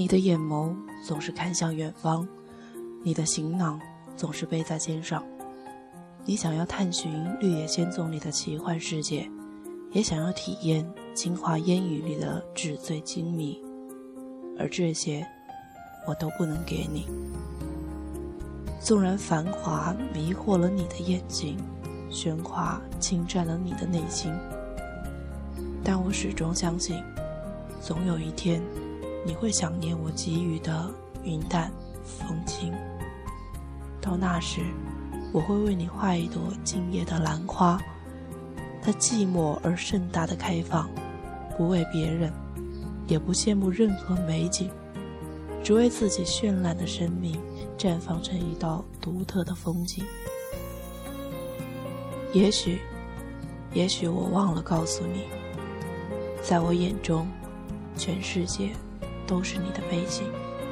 的眼眸总是看向远方，你的行囊总是背在肩上。你想要探寻绿野仙踪里的奇幻世界，也想要体验清华烟雨里的纸醉金迷，而这些我都不能给你。纵然繁华迷惑了你的眼睛，喧哗侵占了你的内心，但我始终相信，总有一天你会想念我给予的云淡风轻。到那时，我会为你画一朵静叶的兰花，它寂寞而盛大的开放，不为别人，也不羡慕任何美景，只为自己绚烂的生命绽放成一道独特的风景。也许我忘了告诉你，在我眼中，全世界都是你的背景。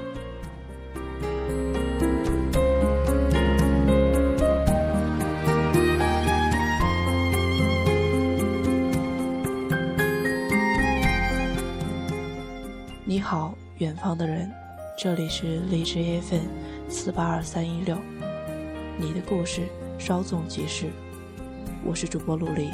你好，远方的人，这里是荔枝 FM 482316，你的故事稍纵即逝，我是主播陆离。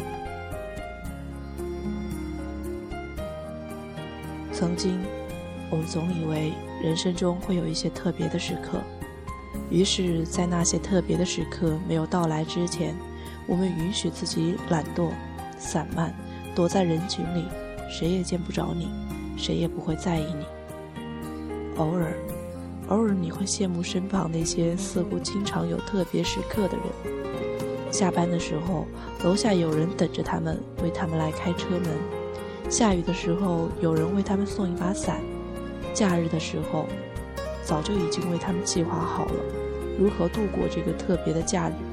曾经我们总以为人生中会有一些特别的时刻，于是在那些特别的时刻没有到来之前，我们允许自己懒惰散漫，躲在人群里，谁也见不着你，谁也不会在意你。偶尔你会羡慕身旁那些似乎经常有特别时刻的人，下班的时候楼下有人等着他们，为他们来开车门，下雨的时候有人为他们送一把伞，假日的时候早就已经为他们计划好了如何度过这个特别的假日。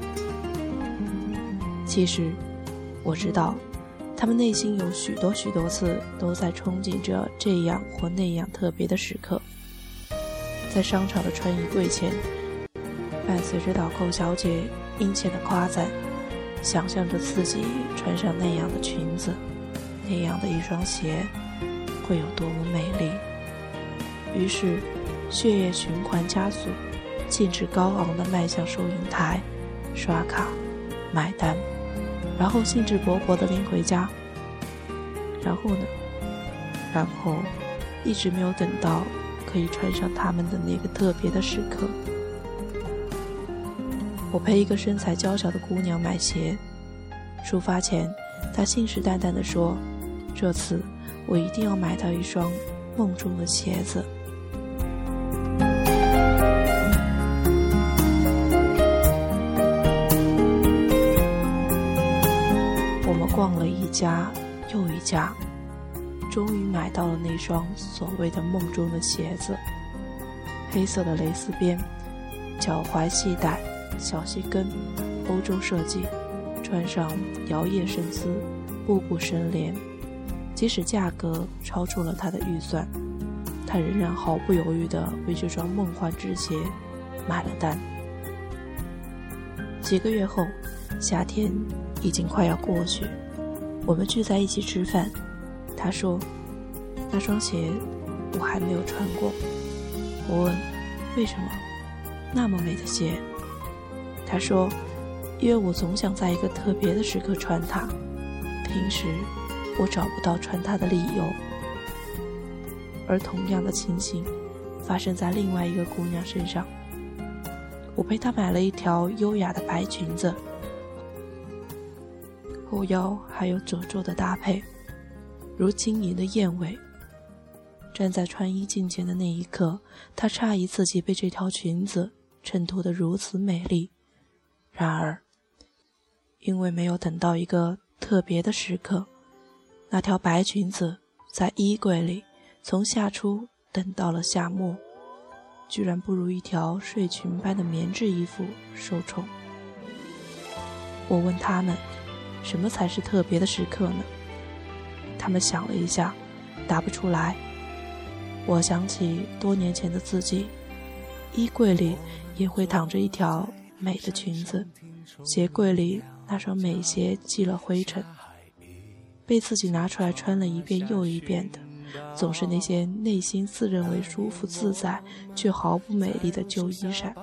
其实我知道他们内心有许多次都在憧憬着这样或那样特别的时刻。在商场的穿衣柜前，伴随着导购小姐殷切的夸赞，想象着自己穿上那样的裙子，那样的一双鞋会有多么美丽。于是血液循环加速，兴致高昂地迈向收银台，刷卡买单，然后兴致勃勃地拎回家。然后呢？然后一直没有等到可以穿上他们的那个特别的时刻。我陪一个身材娇小的姑娘买鞋，出发前她信誓旦旦地说，这次我一定要买到一双梦中的鞋子。我们逛了一家又一家，终于买到了那双所谓的梦中的鞋子，黑色的蕾丝边，脚踝系带，小细跟，欧洲设计，穿上摇曳生姿，步步生莲。即使价格超出了他的预算，他仍然毫不犹豫地为这双梦幻之鞋买了单。几个月后，夏天已经快要过去，我们聚在一起吃饭。他说，那双鞋我还没有穿过。我问，为什么？那么美的鞋。他说，因为我总想在一个特别的时刻穿它，平时我找不到穿它的理由。而同样的情形发生在另外一个姑娘身上。我陪她买了一条优雅的白裙子，后腰还有褶皱的搭配，如晶莹的燕尾。站在穿衣镜前的那一刻，她诧异自己被这条裙子衬托得如此美丽。然而因为没有等到一个特别的时刻，那条白裙子在衣柜里从夏初等到了夏末，居然不如一条睡裙般的棉质衣服受宠。我问他们，什么才是特别的时刻呢？他们想了一下，答不出来。我想起多年前的自己，衣柜里也会躺着一条美的裙子，鞋柜里那双美鞋积了灰尘，被自己拿出来穿了一遍又一遍的， 总是那些内心自认为舒服自在却毫不美丽的旧衣衫。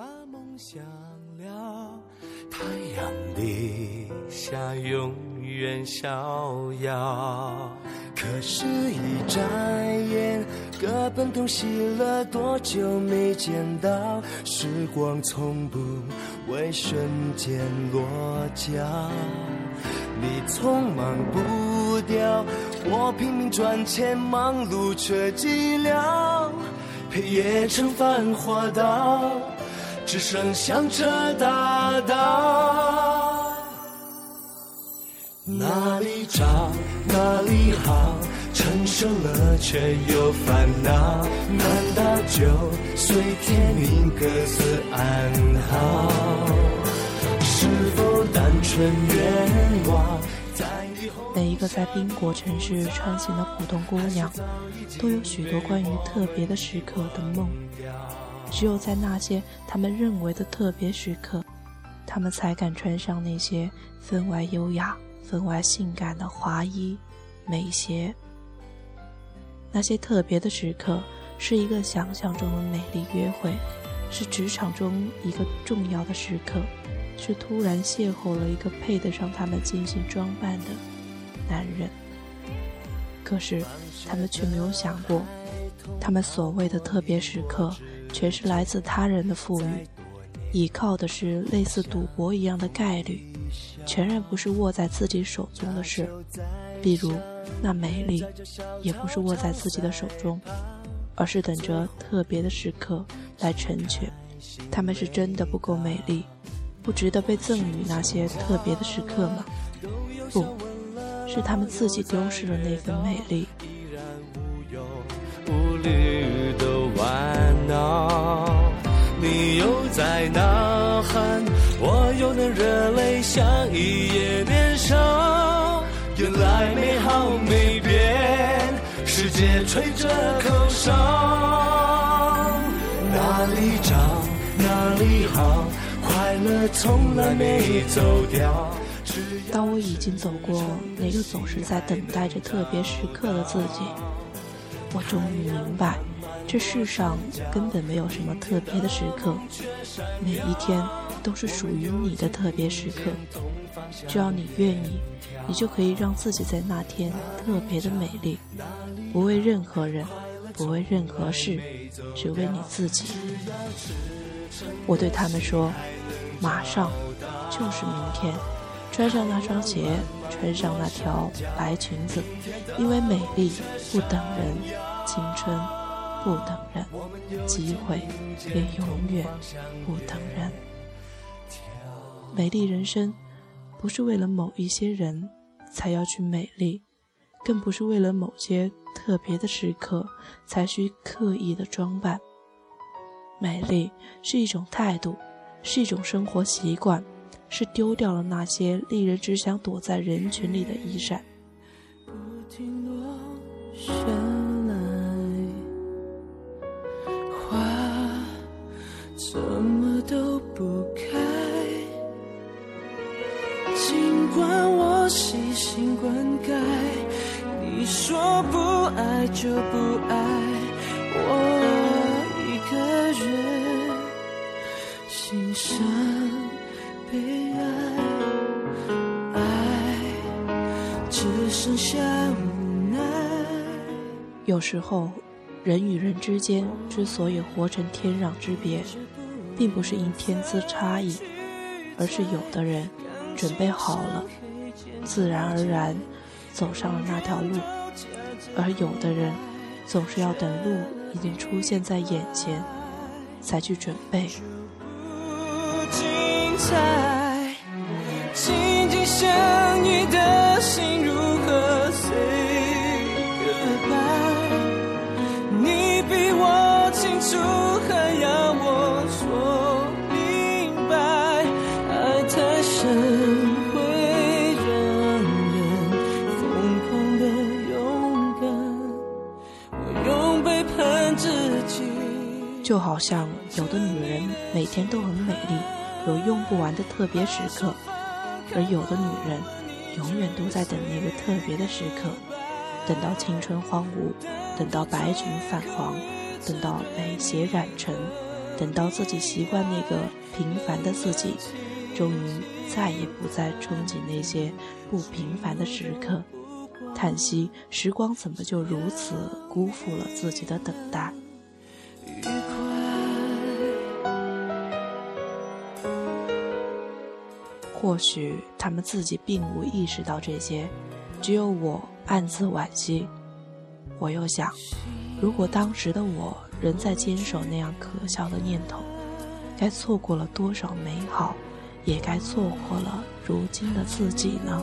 太阳底下永远逍遥，可是一眨眼，各奔东西了，多久没见到？时光从不为瞬间落脚，你匆忙步调，我拼命赚钱，忙碌却寂寥，陪夜成繁华道，只剩响彻大道。哪里找哪里好，成熟了却有烦恼，难道就随天命各自安好？是否单纯愿望？ 每一个在宾国城市穿行的普通姑娘，都有许多关于特别的时刻的梦。只有在那些他们认为的特别时刻，他们才敢穿上那些分外优雅、分外性感的华衣美鞋。那些特别的时刻，是一个想象中的美丽约会，是职场中一个重要的时刻，是突然邂逅了一个配得上他们精心装扮的男人。可是他们却没有想过，他们所谓的特别时刻全是来自他人的富裕，倚靠的是类似赌博一样的概率，全然不是握在自己手中的事。比如那美丽也不是握在自己的手中，而是等着特别的时刻来成全。他们是真的不够美丽，不值得被赠予那些特别的时刻吗？不，是他们自己丢失了那份美丽。 无虑的玩闹，你又在呐喊，我又能热泪像一夜年少。原来美好没变，世界吹着口哨，哪里找哪里好，快乐从来没走掉。 当我已经走过那个总是在等待着特别时刻的自己，我终于明白，这世上根本没有什么特别的时刻，每一天都是属于你的特别时刻。只要你愿意，你就可以让自己在那天特别的美丽，不为任何人，不为任何事，只为你自己。我对他们说，马上就是明天，穿上那双鞋，穿上那条白裙子，因为美丽不等人，青春不等人，机会也永远不等人。美丽人生不是为了某一些人才要去美丽，更不是为了某些特别的时刻才需刻意的装扮。美丽是一种态度，是一种生活习惯，是丢掉了那些令人只想躲在人群里的衣衫。 不停落下来，花怎么都不开，尽管我细心灌溉，你说不爱就不爱，我一个人欣赏被爱，爱只剩下无奈。 有时候人与人之间之所以活成天壤之别，并不是因天资差异，而是有的人准备好了，自然而然走上了那条路，而有的人总是要等路已经出现在眼前才去准备。 精彩，紧紧相依的心如何 say goodbye？ 你比我清楚，还要我说明白，爱太深会让人疯狂的勇敢，我用背叛自己。 就好像有的女人每天都很美丽，有用不完的特别时刻，而有的女人永远都在等那个特别的时刻，等到青春荒芜， 等到白菌泛黄，等到美血染成，等到自己习惯那个平凡的自己，终于再也不再憧憬那些不平凡的时刻，叹息时光怎么就如此辜负了自己的等待。或许他们自己并无意识到这些，只有我暗自惋惜。我又想，如果当时的我仍在坚守那样可笑的念头，该错过了多少美好，也该错过了如今的自己呢？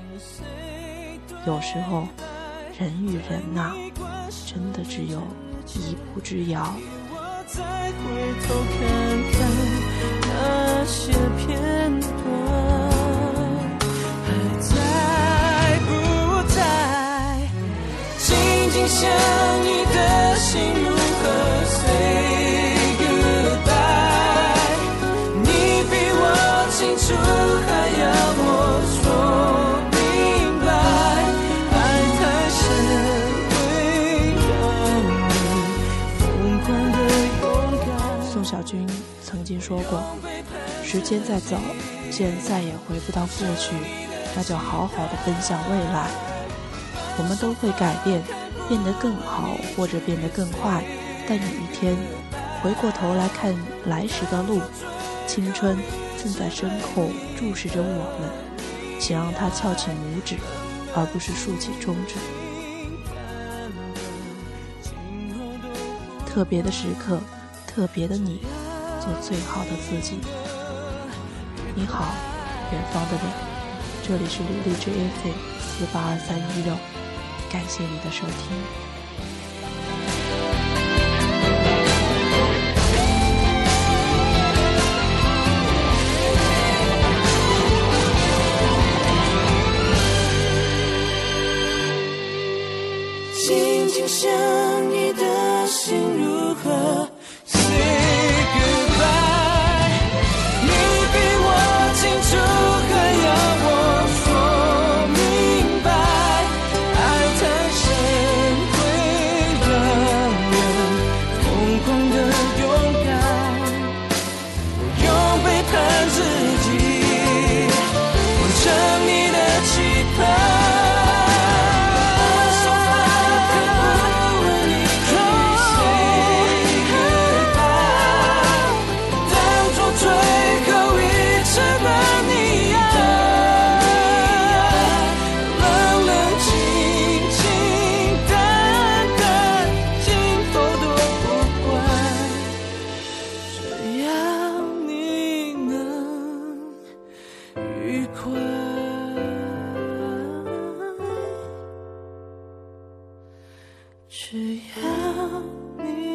有时候人与人啊，真的只有一步之遥。 再回头看看那些片段，还在不在？紧紧相依的心如何 say goodbye？ 你比我清楚，还要我说明白，爱太深会让人疯狂的。 宋小军曾经说过，时间在走，既然再也回不到过去，那就好好的奔向未来。我们都会改变，变得更好或者变得更坏，但有一天回过头来看来时的路，青春正在身后注视着我们，请让它翘起拇指，而不是竖起中指。特别的时刻，特别的你，做最好的自己。你好，远方的你，这里是荔枝 FM482316，感谢你的收听。 紧紧相依的心如何只要你